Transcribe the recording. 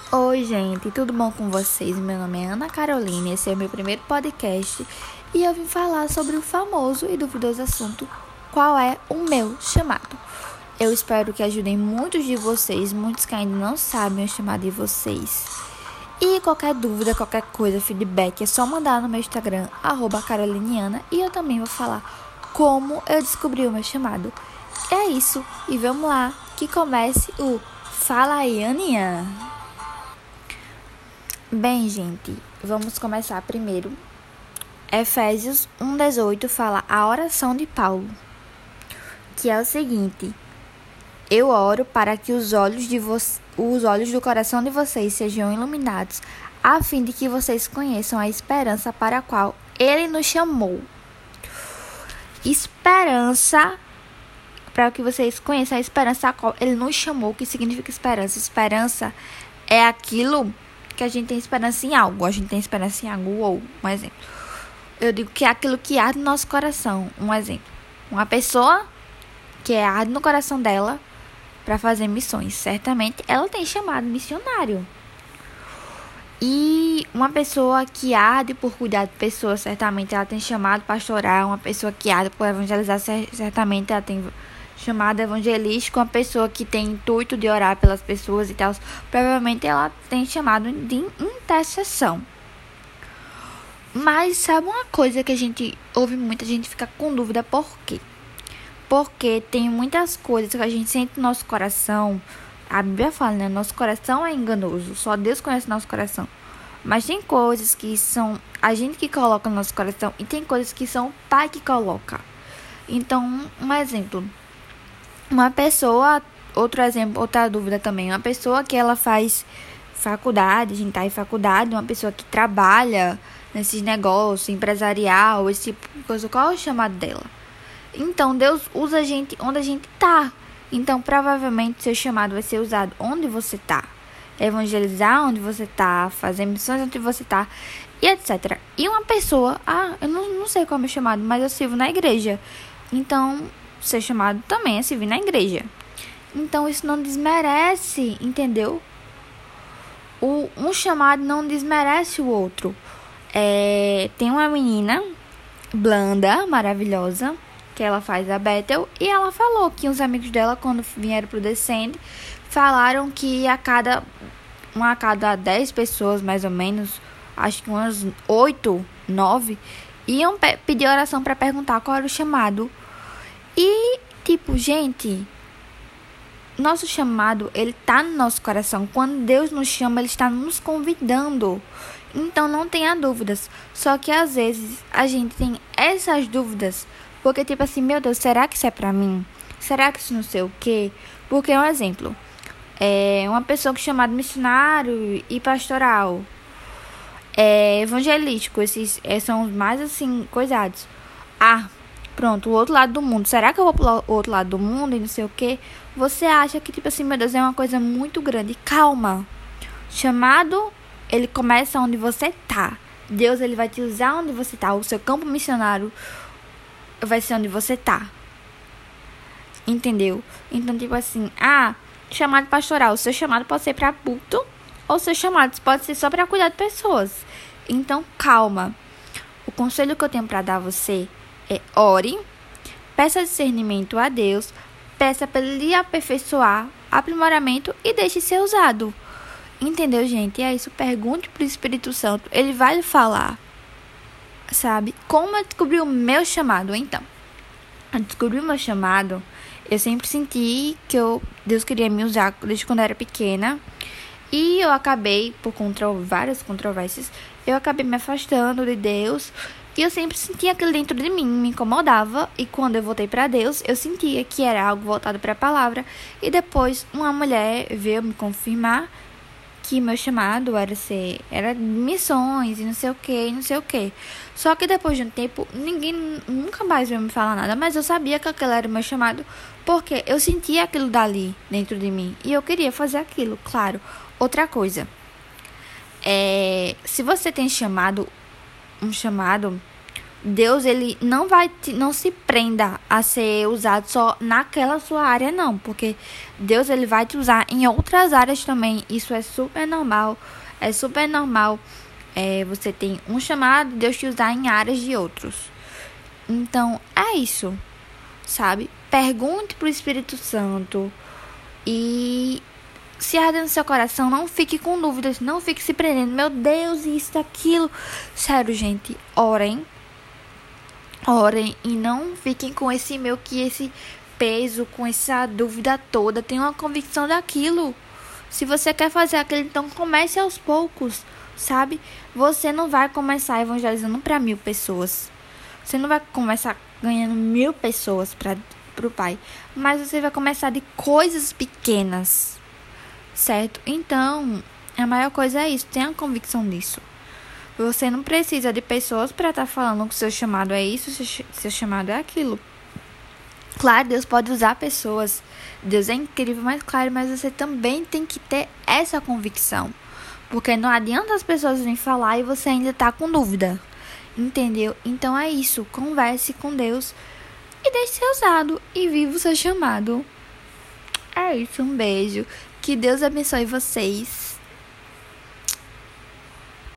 Oi, gente, tudo bom com vocês? Meu nome é Ana Carolina, esse é o meu primeiro podcast e eu vim falar sobre o famoso e duvidoso assunto: qual é o meu chamado? Eu espero que ajudem muitos de vocês, muitos que ainda não sabem o chamado de vocês. E qualquer dúvida, qualquer coisa, feedback, é só mandar no meu Instagram, @caroliniana, e eu também vou falar como eu descobri o meu chamado. É isso, e vamos lá, que comece o Fala aí, Aninha! Bem, gente, vamos começar primeiro. Efésios 1:18 fala a oração de Paulo, que é o seguinte: eu oro para que os olhos do coração de vocês sejam iluminados, a fim de que vocês conheçam a esperança para a qual ele nos chamou. Esperança, para que vocês conheçam a esperança a qual ele nos chamou. O que significa esperança? Esperança é aquilo que a gente tem esperança em algo. A gente tem esperança em algo, ou um exemplo. Eu digo que é aquilo que arde no nosso coração. Um exemplo. Uma pessoa que arde no coração dela para fazer missões. Certamente ela tem chamado missionário. E uma pessoa que arde por cuidar de pessoas, certamente ela tem chamado pastoral. Uma pessoa que arde por evangelizar, certamente ela tem chamado evangelístico. Uma pessoa que tem intuito de orar pelas pessoas e tal, provavelmente ela tem chamado de intercessão. Mas sabe uma coisa que a gente ouve muito, a gente fica com dúvida: por quê? Porque tem muitas coisas que a gente sente no nosso coração. A Bíblia fala, né? Nosso coração é enganoso, só Deus conhece nosso coração. Mas tem coisas que são a gente que coloca no nosso coração, e tem coisas que são o Pai que coloca. Então, um exemplo. Uma pessoa, outro exemplo, outra dúvida também. Uma pessoa que ela faz faculdade, a gente tá em faculdade, uma pessoa que trabalha nesses negócios, empresarial, esse tipo de coisa, qual é o chamado dela? Então, Deus usa a gente onde a gente tá. Então, provavelmente, seu chamado vai ser usado onde você tá. Evangelizar onde você tá, fazer missões onde você tá, e etc. E uma pessoa, eu não sei qual é o meu chamado, mas eu sirvo na igreja. Então, seu chamado também é servir na igreja. Então, isso não desmerece, entendeu? Um chamado não desmerece o outro. Tem uma menina, Blanda, maravilhosa, que ela faz a Bethel, e ela falou que os amigos dela, quando vieram pro Descende, falaram que a cada 10 pessoas, mais ou menos, acho que umas 8, 9, iam pedir oração para perguntar qual era o chamado. E, gente, nosso chamado, ele tá no nosso coração. Quando Deus nos chama, ele está nos convidando. Então, não tenha dúvidas. Só que, às vezes, a gente tem essas dúvidas. Porque, meu Deus, será que isso é pra mim? Será que isso não sei o quê? Porque, um exemplo. Uma pessoa que é chamada missionário e pastoral. Evangelístico. Esses são os mais, assim, coisados. Pronto, o outro lado do mundo. Será que eu vou pro outro lado do mundo e não sei o quê? Você acha que, meu Deus, é uma coisa muito grande. Calma. Chamado, ele começa onde você tá. Deus, ele vai te usar onde você tá. O seu campo missionário vai ser onde você tá. Entendeu? Então, chamado pastoral. O seu chamado pode ser pra culto, ou o seu chamado pode ser só pra cuidar de pessoas. Então, calma. O conselho que eu tenho pra dar a você é: ore, peça discernimento a Deus, peça para ele lhe aperfeiçoar, aprimoramento, e deixe ser usado. Entendeu, gente? E é isso, pergunte pro Espírito Santo, ele vai lhe falar. Sabe? Como eu descobri o meu chamado? Então, eu descobri o meu chamado, eu sempre senti que Deus queria me usar desde quando eu era pequena. E eu acabei, por várias controvérsias, eu acabei me afastando de Deus. E eu sempre sentia aquilo dentro de mim, me incomodava. E quando eu voltei para Deus, eu sentia que era algo voltado para a palavra. E depois uma mulher veio me confirmar que meu chamado era missões e não sei o que. Só que depois de um tempo, ninguém nunca mais veio me falar nada. Mas eu sabia que aquele era o meu chamado, porque eu sentia aquilo dali dentro de mim. E eu queria fazer aquilo, claro. Outra coisa, se você tem um chamado, Deus, ele não se prenda a ser usado só naquela sua área, não. Porque Deus, ele vai te usar em outras áreas também. Isso é super normal. É super normal. Você tem um chamado, Deus te usar em áreas de outros. Então, é isso, sabe? Pergunte pro Espírito Santo. E se arder no seu coração, não fique com dúvidas. Não fique se prendendo. Meu Deus, isso, aquilo. Sério, gente, orem e não fiquem com esse peso, com essa dúvida toda. Tenha uma convicção daquilo. Se você quer fazer aquilo, então comece aos poucos, sabe? Você não vai começar evangelizando para 1000 pessoas. Você não vai começar ganhando 1000 pessoas para o Pai. Mas você vai começar de coisas pequenas, certo? Então, a maior coisa é isso. Tenha convicção disso. Você não precisa de pessoas para estar falando que seu chamado é isso, seu chamado é aquilo. Claro, Deus pode usar pessoas. Deus é incrível, mas claro, mas você também tem que ter essa convicção. Porque não adianta as pessoas virem falar e você ainda tá com dúvida. Entendeu? Então é isso. Converse com Deus e deixe ser usado e viva o seu chamado. É isso, um beijo. Que Deus abençoe vocês.